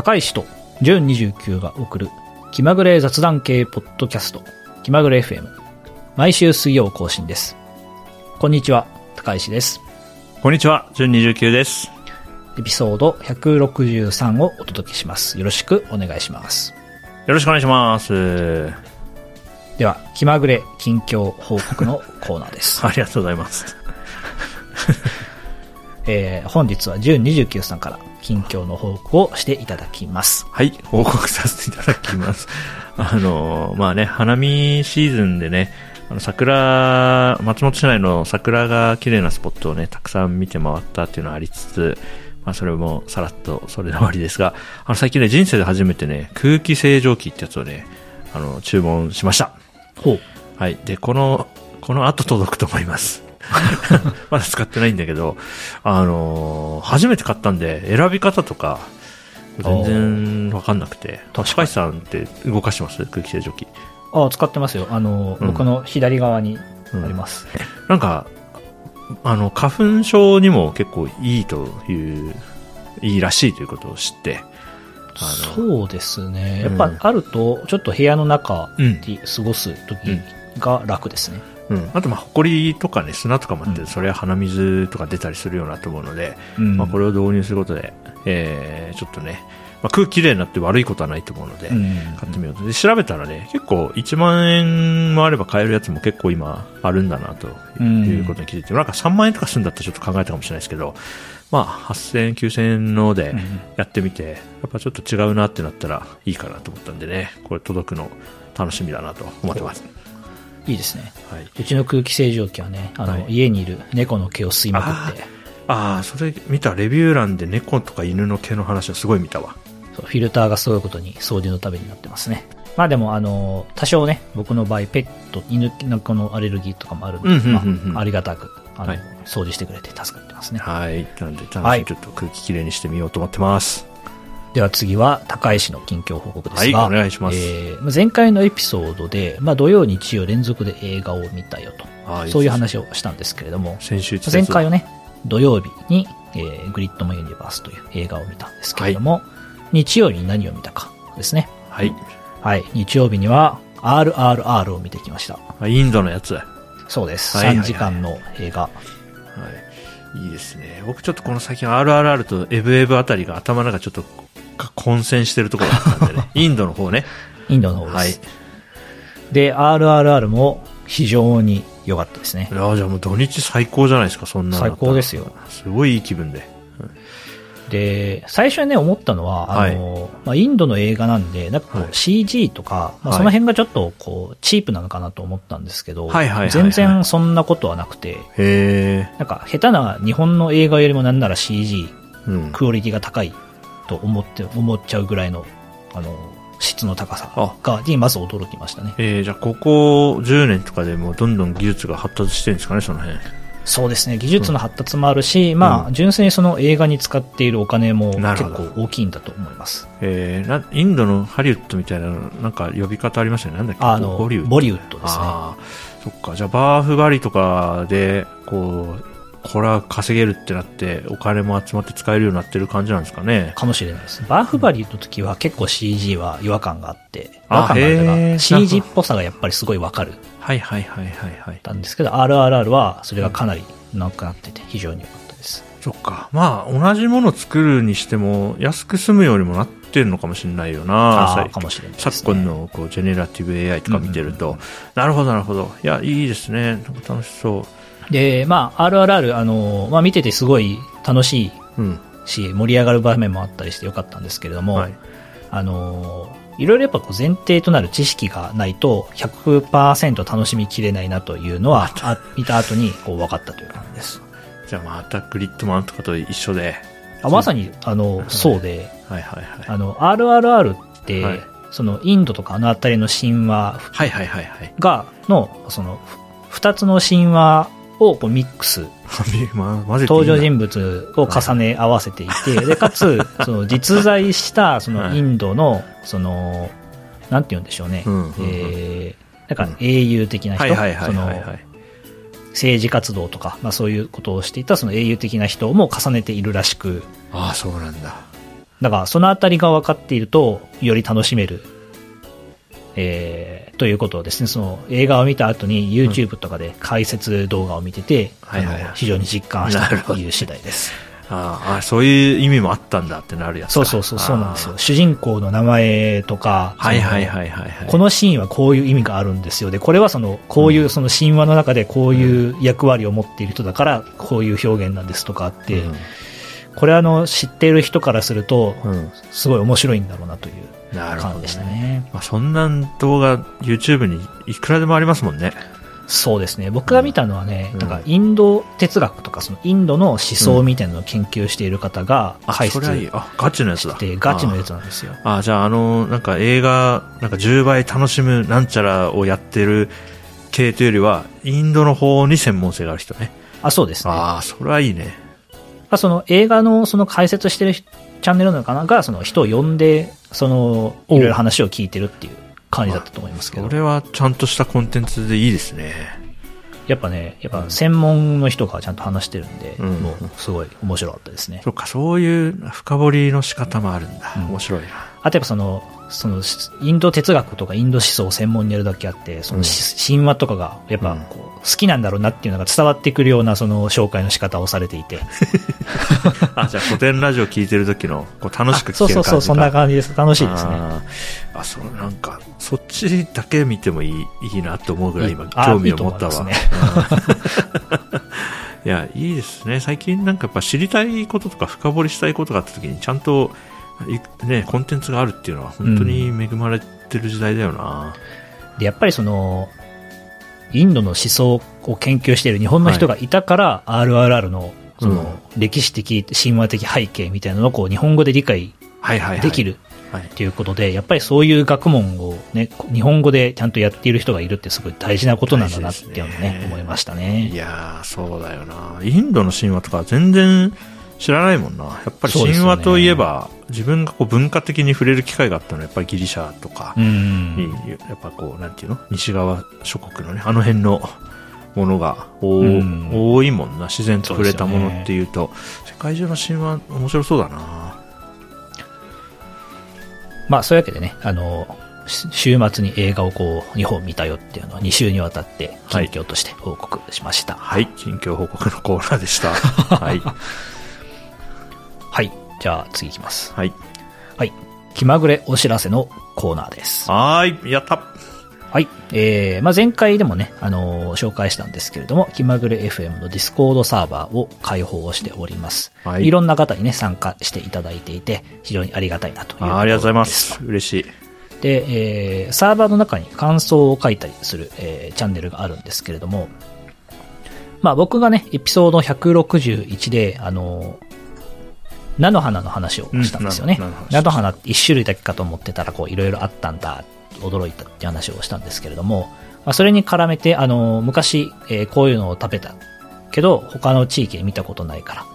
高石と純29が送る気まぐれ雑談系ポッドキャスト気まぐれ FM、 毎週水曜更新です。こんにちは、高石です。 こんにちは、純29です。 エピソード163をお届けします。よろしくお願いします。 よろしくお願いします。 では、気まぐれ近況報告のコーナーです。 ありがとうございます。 本日は純29さんから近況の報告をしていただきます。 はい、報告させていただきます。まあね、花見シーズンでね、松本市内の桜が綺麗なスポットをね、たくさん見て回ったっていうのはありつつ、まあそれもさらっとそれで終わりですが、最近ね、人生で初めてね、空気清浄機ってやつをね、注文しました。 ほう。 はい。で、この後届くと思います。まだ使ってないんだけど、初めて買ったんで、選び方とか、全然わかんなくて。高橋さんって動かしてます？空気清浄機。 使ってますよ。僕の左側にあります。 なんか、花粉症にも結構いいらしいということを知って、 そうですね。やっぱあると、ちょっと部屋の中で過ごす時が楽ですね。 あと、埃とかね、砂とかもあって、それは鼻水とか出たりするようなと思うので、これを導入することで、ちょっとね、空気きれいになって悪いことはないと思うので、買ってみようと。で、調べたらね、結構1万円もあれば買えるやつも結構今あるんだな、ということに気づいて、なんか3万円とかするんだったらちょっと考えたかもしれないですけど、8000円、9000円のでやってみて、やっぱちょっと違うなってなったらいいかなと思ったんでね、これ届くの楽しみだなと思ってます。 いいですね。はい、うちの空気清浄機はね、家にいる猫の毛を吸いまくって。 それ見たレビュー欄で猫とか犬の毛の話はすごい見たわ。 そう、フィルターがすごいことに掃除のためになってますね。でも多少ね、僕の場合ペット、犬の子のアレルギーとかもあるので、ありがたく、掃除してくれて助かってますね。はい。 なので、ちょっと空気きれいにしてみようと思ってます。 では次は高石の近況報告ですが、 はい、お願いします。 前回のエピソードで、土曜日曜連続で映画を見たよと、そういう話をしたんですけれども、前回はね、土曜日に、グリッドマンユニバースという映画を見たんですけれども、日曜日に何を見たかですね。はい。はい。日曜日には RRR を見てきました。 インドのやつ。 そうです。3時間の映画。はい。 いいですね。僕ちょっとこの最近 RRR とエブエブあたりが頭の中ちょっと混戦してるところだったんでね。インドの方ね。 インドの方です。はい。で、RRR も非常に良かったですね。 じゃあもう土日最高じゃないですか、そんなの。 最高ですよ。 すごいいい気分で。 で、最初にね、思ったのは、インドの映画なんで、なんかこう CG とか、その辺がちょっとこう、チープなのかなと思ったんですけど、全然そんなことはなくて、なんか下手な日本の映画よりもなんなら CG、クオリティが高いと思っちゃうぐらいの、質の高さにまず驚きましたね。 じゃあここ10年とかでもどんどん技術が発達してるんですかね、その辺。 そうですね。技術の発達もあるし、純粋にその映画に使っているお金も結構大きいんだと思います。 インドのハリウッドみたいな、なんか呼び方ありましたよね。なんだっけ？ボリウッドですね。そっか。じゃあバーフバリとかで、これは稼げるってなって、お金も集まって使えるようになってる感じなんですかね。 かもしれないです。バーフバリの時は結構 CG は違和感があって、CG っぽさがやっぱりすごいわかる。なんですけど、RRR はそれがかなりなくなってて非常に良かったです。 そっか。同じものを作るにしても安く済むようにもなってるのかもしれないよな。 かもしれないですね。 昨今のジェネラティブ AI とか見てると、なるほど。いや、いいですね。なんか楽しそう。 で、RRR、見ててすごい楽しいし、盛り上がる場面もあったりして良かったんですけれども、いろいろやっぱ前提となる知識がないと 100% 楽しみきれないなというのは見た後に分かったという感じです。 じゃあまたグリッドマンとかと一緒で。 まさにそうで、RRR って、そのインドとかあたりの神話その2つの神話をこうミックス登場人物を重ね合わせていて、でかつその実在したそのインドのそのなんて言うんでしょうね、なんか英雄的な人、その政治活動とか、そういうことをしていたその英雄的な人も重ねているらしく、 そうなんだ。 だからそのあたりが分かっているとより楽しめる、ということをですね、その映画を見た後に YouTube とかで解説動画を見てて、非常に実感したという次第です。 そういう意味もあったんだってなるやつ。 そうなんですよ。主人公の名前とか、このシーンはこういう意味があるんですよ。で、これはこういうその神話の中でこういう役割を持っている人だからこういう表現なんですとかあって、これ知っている人からするとすごい面白いんだろうなという感じでしたね。 そんな動画 YouTube にいくらでもありますもんね。 そうですね。僕が見たのはね、なんかインド哲学とかそのインドの思想みたいなのを研究している方が解説して、 ガチのやつだ。 ガチのやつなんですよ。 じゃあなんか映画なんか10倍楽しむなんちゃらをやってる系というよりはインドの方に専門性がある人ね。 そうですね。 それはいいね。 その映画のその解説してるチャンネルなのかながその人を呼んでいろいろ話を聞いてるっていう感じだったと思いますけど。 これはちゃんとしたコンテンツでいいですね。 やっぱ専門の人がちゃんと話してるんで、もうすごい面白かったですね。 そうか、そういう深掘りの仕方もあるんだ。面白いな。 あとやっぱインド哲学とかインド思想を専門にやるだけあって、神話とかがやっぱ好きなんだろうなっていうのが伝わってくるような紹介の仕方をされていて。 じゃあ古典ラジオ聞いてる時の楽しく聞ける感じか。 そう、そんな感じです。楽しいですね。 なんかそっちだけ見てもいいなと思うぐらい今興味を持ったわ。いや、いいですね。最近なんかやっぱ知りたいこととか深掘りしたいことがあった時にちゃんとね、コンテンツがあるっていうのは本当に恵まれてる時代だよな。 で、やっぱりインドの思想を研究している日本の人がいたから、RRR の歴史的、神話的背景みたいなのを日本語で理解できるということで、やっぱりそういう学問をね、日本語でちゃんとやっている人がいるってすごい大事なことなんだなっていうのをね、思いましたね。 いやー、そうだよな。インドの神話とか全然知らないもんな。やっぱり神話といえば、自分が文化的に触れる機会があったのはやっぱりギリシャとかに、やっぱなんていうの、西側諸国のね、あの辺のものが多いもんな。自然と触れたものっていうと、世界中の神話面白そうだな。 そういうわけでね、週末に映画を2本見たよっていうのは2週にわたって近況として報告しました。 はい、近況報告のコーナーでした。はい。 はい。じゃあ次いきます。 はい。 はい。気まぐれお知らせのコーナーです。 はい。やった。 はい。前回でもね、紹介したんですけれども、気まぐれ FM のディスコードサーバーを開放しております。はい。いろんな方にね、参加していただいていて、非常にありがたいなということです。 ありがとうございます。嬉しい。 で、サーバーの中に感想を書いたりする、チャンネルがあるんですけれども、僕がね、エピソード161で、菜の花の話をしたんですよね。菜の花って一種類だけかと思ってたら、いろいろあったんだ、驚いたって話をしたんですけれども、それに絡めて、昔、こういうのを食べたけど、他の地域で見たことないから、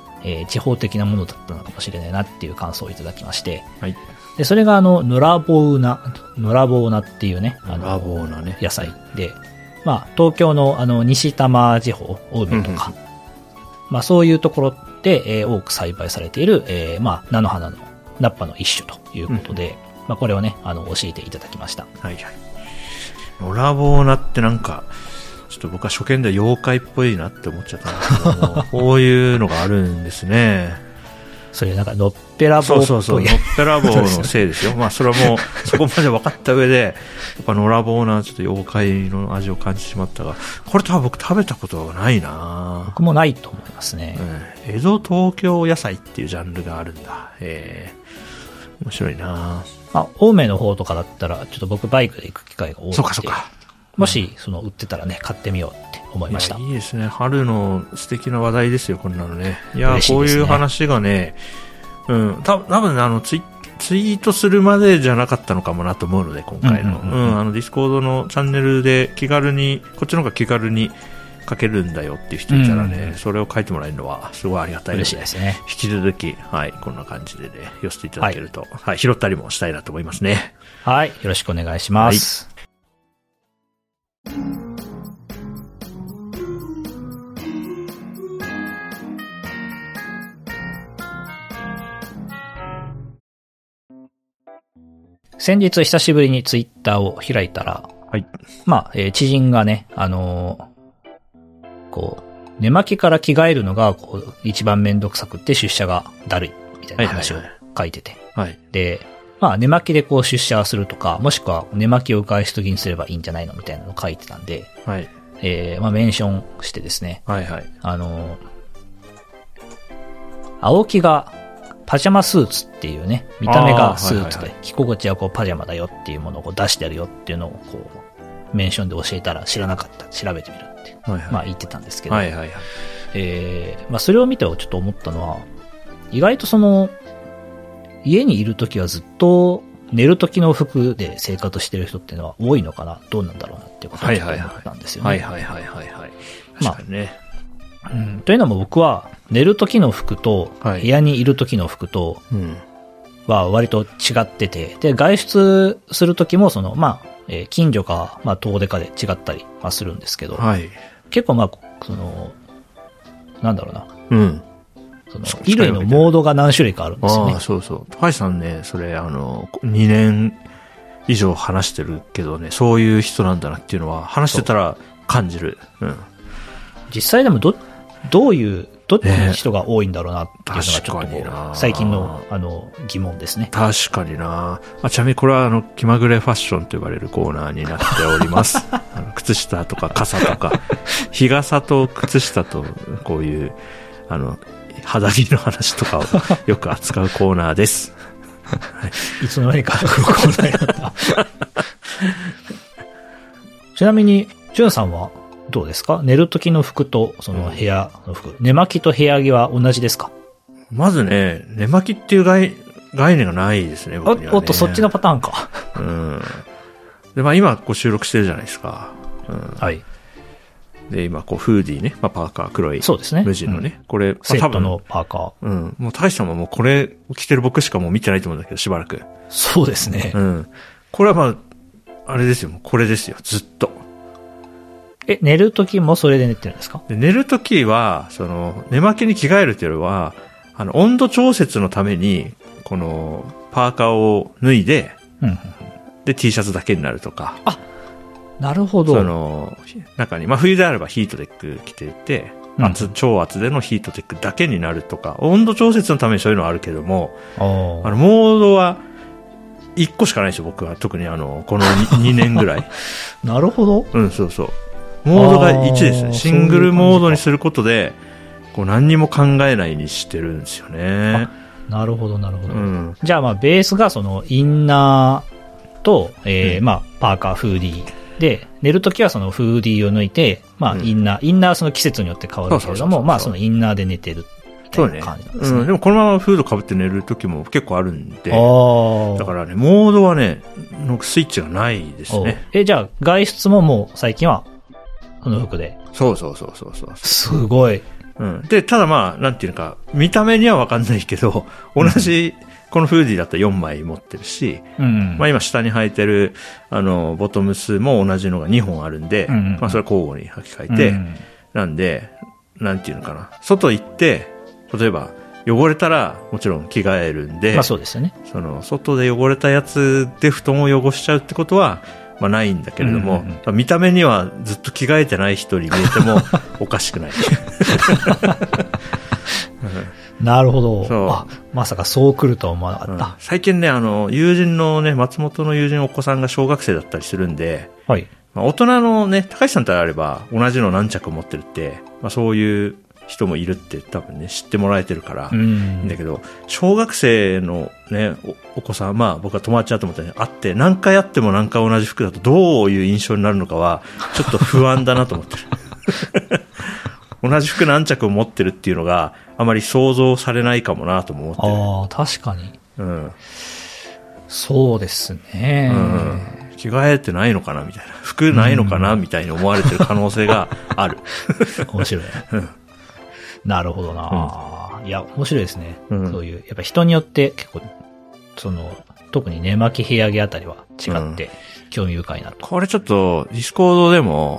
地方的なものだったのかもしれないなっていう感想をいただきまして、 はい。 で、それが野良ボウナっていうね、野菜で、東京の西多摩地方、青梅とか、そういうところで、多く栽培されている、菜の花の菜っぱの一種ということで、これをね、教えていただきました。 はいはい。野良ボウナってなんか、ちょっと僕は初見で妖怪っぽいなって思っちゃったんですけども、こういうのがあるんですね。 それなんかのっぺらぼうっぽい。 そう、のっぺらぼうのせいですよ。それはもうそこまで分かった上で、やっぱ野良ぼうなちょっと妖怪の味を感じてしまったが、これ多分僕食べたことがないな。 僕もないと思いますね。 江戸東京野菜っていうジャンルがあるんだ。面白いな。 青梅の方とかだったら、ちょっと僕バイクで行く機会が多いので、 そうか。 もし売ってたらね、買ってみようって思いました。 いいですね。春の素敵な話題ですよ、こんなのね。いや、こういう話がね、多分ね、ツイートするまでじゃなかったのかもなと思うので、今回の。ディスコードのチャンネルで気軽に、こっちの方が気軽に書けるんだよっていう人いたらね、それを書いてもらえるのはすごいありがたいので、 嬉しいですね。 引き続き、はい、こんな感じでね、寄せていただけると、はい、拾ったりもしたいなと思いますね。 はい、よろしくお願いします。 先日久しぶりにツイッターを開いたら、 はい。 まあ、知人がね、寝巻きから着替えるのが、一番めんどくさくって出社がだるい、みたいな話を書いてて。 はい。 で、まあ、寝巻きで出社するとか、もしくは寝巻きを返しときにすればいいんじゃないのみたいなのを書いてたんで、 はい。 まあ、メンションしてですね。 はいはい。 青木が、パジャマスーツっていうね、見た目がスーツで、着心地はパジャマだよっていうものを出してやるよっていうのをメンションで教えたら知らなかった。調べてみるって、はいはい、まあ言ってたんですけど、 はいはいはい。 まあそれを見てちょっと思ったのは、意外と家にいるときはずっと寝るときの服で生活してる人っていうのは多いのかな、どうなんだろうなっていうことを思ったんですよね。 はいはいはいはいはい。確かにね。 というのも僕は寝る時の服と部屋にいる時の服とは割と違ってて、で、外出する時もまあ、近所か、まあ、遠出かで違ったりはするんですけど、 はい、 結構まあ、なんだろうな。 うん。 衣類のモードが何種類かあるんですよね。 ああ、そうそう。高橋さんね、それ2年以上話してるけどね、そういう人なんだなっていうのは話してたら感じる。うん。 実際でもどっちの人が多いんだろうなっていうのがちょっと最近の疑問ですね。 確かにな。ちなみにこれは気まぐれファッションと呼ばれるコーナーになっております。靴下とか傘とか、日傘と靴下とこういう肌着の話とかをよく扱うコーナーです。 いつの間にかコーナーやった。ちなみに、ジュンさんはどうですか？寝る時の服と部屋の服、寝巻きと部屋着は同じですか？ まずね、寝巻きっていう概念がないですね、僕にはね。 おっと、そっちのパターンか。 うん。で、まあ今収録してるじゃないですか。うん。 はい。 で、今フーディーね、まあパーカー、黒い。 そうですね。 無地のね。これ、 セットのパーカー。 うん。もう高橋さんももうこれを着てる僕しかもう見てないと思うんだけど、しばらく。 そうですね。 うん。これはまあ、あれですよ、これですよ、ずっと。 寝るときもそれで寝てるんですか？ で、寝るときは、寝巻きに着替えるっていうのは、温度調節のために、この、パーカーを脱いで、で、T シャツだけになるとか。 あ、なるほど。 中に、まあ、冬であればヒートテック着てて、超厚でのヒートテックだけになるとか、温度調節のためにそういうのはあるけども、モードは、1個しかないですよ、僕は。特にこの2年ぐらい。 なるほど。 うん、そうそう。モードが1ですね。シングルモードにすることで、何にも考えないにしてるんですよね。 なるほど、なるほど。じゃあ、まあ、ベースがインナーと、まあ、パーカー、フーディー。で、寝るときはフーディーを抜いて、まあ、インナーは季節によって変わるけれども、まあ、インナーで寝てる。みたいな感じなんですね。 でもこのままフード被って寝るときも結構あるんで、だからね、モードはね、スイッチがないですね。 じゃあ、外出ももう最近は、その服で。 そう。 すごい。 うん。で、ただまあ、なんていうか、見た目にはわかんないけど、同じ、このフーディーだったら4枚持ってるし、まあ今下に履いてる、ボトムスも同じのが2本あるんで、まあそれは交互に履き替えて、なんで、なんていうのかな。外行って、例えば、汚れたらもちろん着替えるんで、 まあそうですよね。 外で汚れたやつで布団を汚しちゃうってことは、まあないんだけれども、見た目にはずっと着替えてない人に見えてもおかしくない。 なるほど。まさかそう来るとは思わなかった。 最近ね、友人のね、松本の友人のお子さんが小学生だったりするんで、 はい。 まあ、大人のね、高橋さんとあれば同じの何着持ってるって、まあそういう人もいるって多分ね、知ってもらえてるから、いいんだけど、小学生のね、お子さん、まあ僕は友達だと思ったら会って、何回会っても何回同じ服だとどういう印象になるのかは、ちょっと不安だなと思ってる。同じ服何着を持ってるっていうのがあまり想像されないかもなとも思ってる。 ああ、確かに。そうですね。 着替えてないのかなみたいな。服ないのかなみたいに思われてる可能性がある。 面白い。なるほどな、いや、面白いですね。そういう、やっぱ人によって結構、特に寝巻き部屋着あたりは違って興味深いなと。 これちょっとディスコードでも、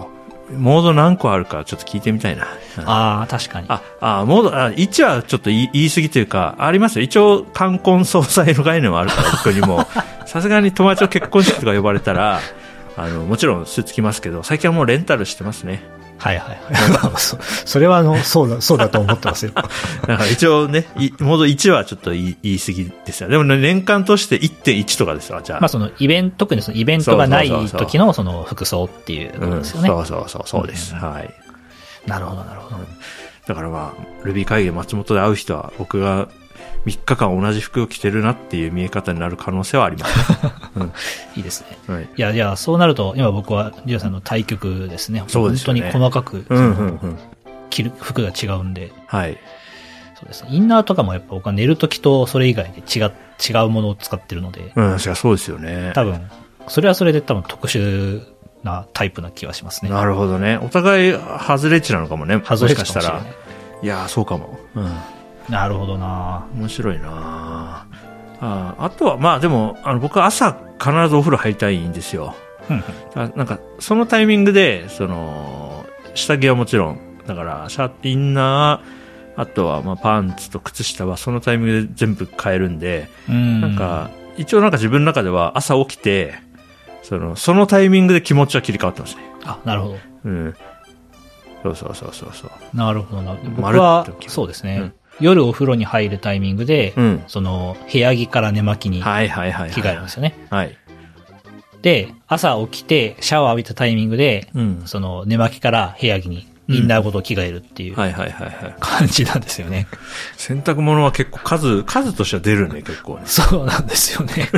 モード何個あるかちょっと聞いてみたいな。 ああ、確かに。 モード、1はちょっと言い過ぎというか、ありますよ。一応、冠婚葬祭の概念はあるから、僕にも。さすがに友達の結婚式とか呼ばれたら、もちろんスーツ着ますけど、最近はもうレンタルしてますね。 はいはいはい。それはそうだと思ってますよ。 だから一応ね、モード1はちょっと言い過ぎですよ。でもね、年間として 1.1 とかですわ、じゃあ。 まあ特にそのイベントがない時のその服装っていうことですよね。 そうです。はい。 なるほどなるほど。 だからまあ、ルビー会議松本で会う人は、僕が3日間同じ服を着てるなっていう見え方になる可能性はありますね。 いいですね。 はい、 いや、そうなると、今僕はジオさんの対局ですね。そうですね。本当に細かく、着る服が違うんで。 はい。 そうですね。インナーとかもやっぱ僕は寝るときとそれ以外で違うものを使ってるので。 そうですよね。 多分、それはそれで多分特殊なタイプな気はしますね。 なるほどね。お互い外れ値なのかもね。 外れ値かもしれない。 いや、そうかも。 なるほどな。 面白いな。あとは、まあでも、僕は朝必ずお風呂入りたいんですよ。なんか、そのタイミングで、下着はもちろん、だから、インナー、あとは、まあ、パンツと靴下はそのタイミングで全部変えるんで、なんか、一応なんか自分の中では朝起きて、そのタイミングで気持ちは切り替わってますね。 あ、なるほど。 そう。 なるほどな。僕は、そうですね。夜お風呂に入るタイミングで、部屋着から寝巻きに着替えるんですよね。 はい。 で、朝起きてシャワー浴びたタイミングで、寝巻きから部屋着にインナーごと着替えるっていう感じなんですよね。 洗濯物は結構数としては出るね、結構ね。 そうなんですよね。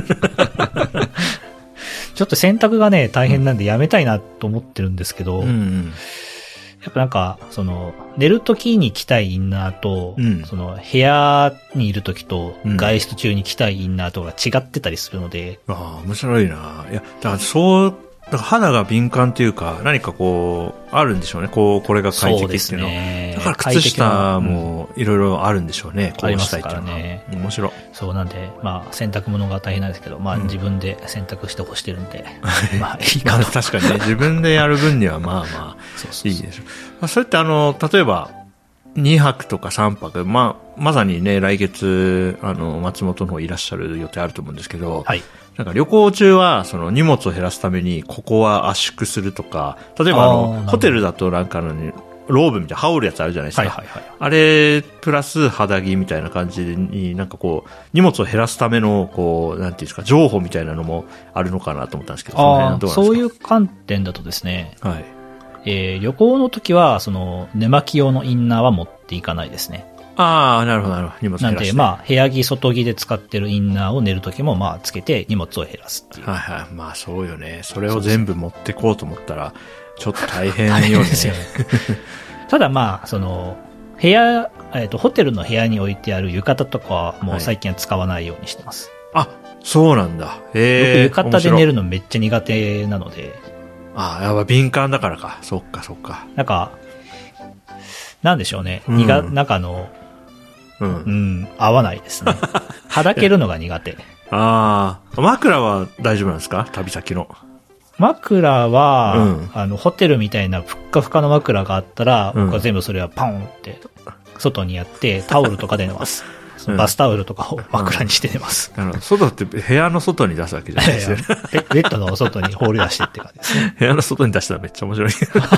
ちょっと洗濯がね、大変なんでやめたいなと思ってるんですけど、やっぱなんか、寝るときに着たいインナーと、部屋にいるときと、外出中に着たいインナーとか違ってたりするので。 面白いな。いや、だから肌が敏感というか、何かこう、あるんでしょうね。これが快適っていうのは。だから靴下もいろいろあるんあるんでしょうね。 ありますからね。 面白い。 そうなんで、まあ、洗濯物が大変なんですけど、まあ、自分で洗濯して干してるんで、まあ、いいかな。 確かにね、自分でやる分にはまあ、いいでしょう。それって例えば、2泊とか3泊、まさにね、来月、松本の方いらっしゃる予定あると思うんですけど、 はい。 なんか旅行中は、荷物を減らすために、ここは圧縮するとか、例えばホテルだとなんかローブみたいな羽織るやつあるじゃないですか。あれ、プラス肌着みたいな感じになんかこう、荷物を減らすための、こう、なんていうんですか、情報みたいなのもあるのかなと思ったんですけど、 そういう観点だとですね、 はい。 旅行の時は、寝巻き用のインナーは持っていかないですね。 なるほど、荷物減らして。 なんで、まあ、部屋着、外着で使ってるインナーを寝る時も、まあ、つけて荷物を減らすっていう。 まあ、そうよね。それを全部持ってこうと思ったら、ちょっと大変よね。 大変ですよね。ただまあ、部屋、ホテルの部屋に置いてある浴衣とかは、もう最近は使わないようにしてます。 そうなんだ。 僕、浴衣で寝るのめっちゃ苦手なので。 やっぱ敏感だからか。そっか。 なんか、なんでしょうね。中の、合わないですね。はだけるのが苦手。 枕は大丈夫なんですか？旅先の。 枕は、ホテルみたいなふっかふかの枕があったら、僕は全部それはパンって外にやってタオルとかで寝ます。バスタオルとかを枕にして寝ます。 外って部屋の外に出すわけじゃないですよね。 ベッドの外に放り出してって感じですね。 部屋の外に出したらめっちゃ面白い。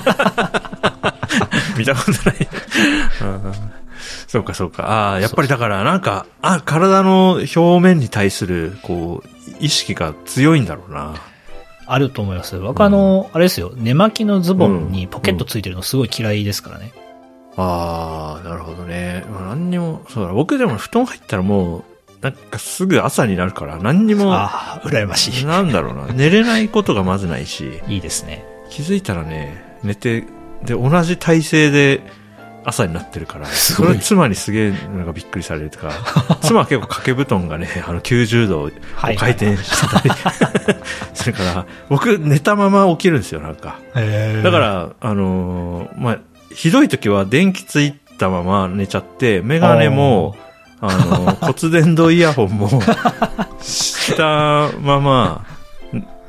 見たことない。そうか。やっぱりだからなんか、体の表面に対する、こう、意識が強いんだろうな。 あると思います。僕あれですよ、寝巻きのズボンにポケットついてるのすごい嫌いですからね。 なるほどね。何にも、そうだ、僕でも布団入ったらもう、なんかすぐ朝になるから何にも。 羨ましい。 なんだろうな。寝れないことがまずないし。 いいですね。 気づいたらね、寝て、で、同じ体勢で朝になってるから、それ妻にすげえなんかびっくりされるとか、妻は結構掛け布団がね、90度を回転してたりするから、僕寝たまま起きるんですよ、なんか。だから、ひどい時は電気ついたまま寝ちゃって、メガネも、骨伝導イヤホンも、したまま、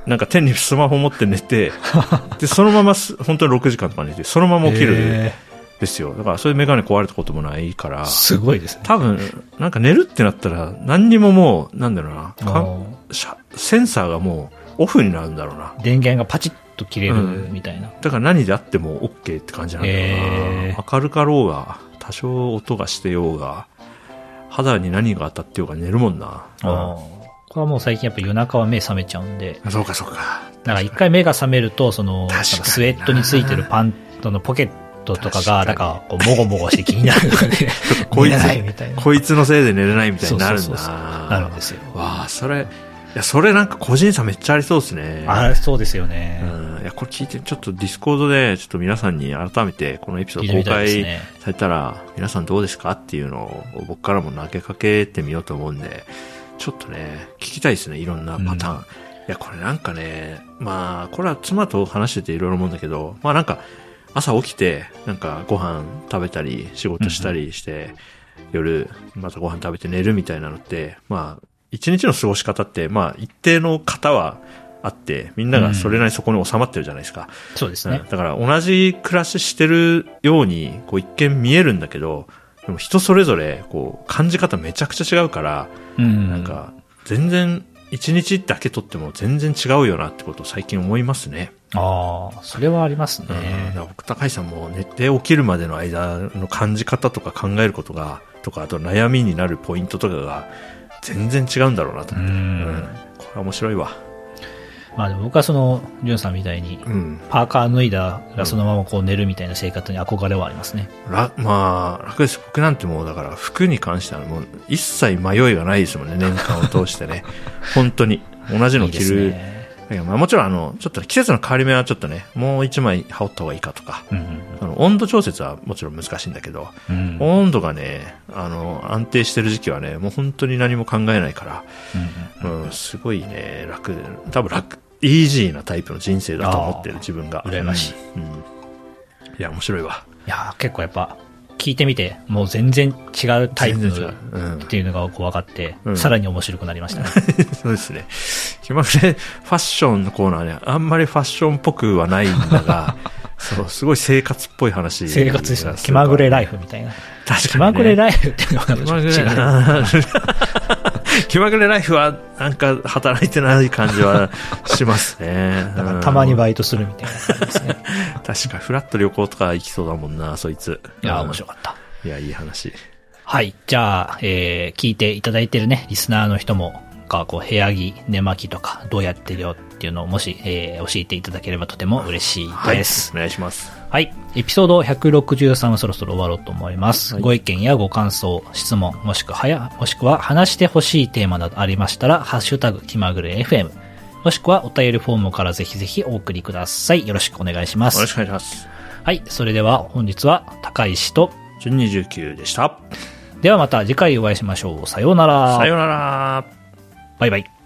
なんか手にスマホ持って寝て、で、そのまま本当に6時間とか寝て、そのまま起きる。ですよ。だからそういうメガネ壊れたこともないから。 すごいですね。 多分、なんか寝るってなったら、何にももう、なんだろうな、センサーがもうオフになるんだろうな。 電源がパチッと切れるみたいな。 だから何であっても OK って感じなんだろうな。明るかろうが、多少音がしてようが、肌に何が当たってようが寝るもんな。 これはもう最近やっぱ夜中は目覚めちゃうんで。 そうかそうか。 なんか一回目が覚めると、その、スウェットについてるパントのポケットとかが、なんか、こう、もごもごして気になるので、 こいつのせいで寝れないみたいになるんだ。 なるんですよ。 わあ、それなんか個人差めっちゃありそうですね。 そうですよね。 いや、これ聞いて、ちょっとディスコードで、ちょっと皆さんに改めて、このエピソード公開されたら、皆さんどうですかっていうのを、僕からも投げかけてみようと思うんで、ちょっとね、聞きたいですね、いろんなパターン。いや、これなんかね、まあ、これは妻と話してていろいろ思うんだけど、まあなんか、朝起きて、なんかご飯食べたり、仕事したりして、夜、またご飯食べて寝るみたいなのって、まあ、一日の過ごし方って、まあ、一定の型はあって、みんながそれなりにそこに収まってるじゃないですか。 そうですね。 だから同じ暮らししてるように、こう一見見えるんだけど、でも人それぞれ、こう、感じ方めちゃくちゃ違うから、なんか、全然、一日だけとっても全然違うよなってことを最近思いますね。 ああ、それはありますね。 僕、高橋さんも寝て起きるまでの間の感じ方とか考えることが、とか、あと悩みになるポイントとかが全然違うんだろうなと思って。これは面白いわ。 まあでも僕はその、ジュンさんみたいに、パーカー脱いだらそのままこう寝るみたいな生活に憧れはありますね。 まあ、楽です。僕なんてもうだから服に関してはもう一切迷いがないですもんね、年間を通してね。本当に。同じの着る。まあもちろんちょっと季節の変わり目はちょっとね、もう一枚羽織った方がいいかとか、温度調節はもちろん難しいんだけど、温度がね、安定してる時期はね、もう本当に何も考えないから、すごいね、多分イージーなタイプの人生だと思ってる自分が。 羨ましい。 いや、面白いわ。 いや、結構やっぱ、聞いてみて、もう全然違うタイプっていうのがこう分かって、さらに面白くなりましたね。 そうですね。気まぐれファッションのコーナーね、あんまりファッションっぽくはないんだが、そう、すごい生活っぽい話。 生活ですよ。気まぐれライフみたいな。 確かに、 気まぐれライフっていうのが違う。 気まぐれライフはなんか働いてない感じはしますね。 だからたまにバイトするみたいな感じですね。 確かフラット旅行とか行きそうだもんな、そいつ。 いや、面白かった。 いや、いい話。 はい。じゃあ、聞いていただいてるね、リスナーの人も、こう、部屋着、寝巻きとか、どうやってるよっていうのをもし、教えていただければとても嬉しいです。 はい、お願いします。 はい。エピソード163はそろそろ終わろうと思います。はい、ご意見やご感想、質問、もしくは話してほしいテーマなどありましたら、ハッシュタグ気まぐれ FM、もしくはお便りフォームからぜひぜひお送りください。よろしくお願いします。 よろしくお願いします。 はい。それでは本日は高石と順29でした。 ではまた次回お会いしましょう。さようなら。 さようなら。 バイバイ。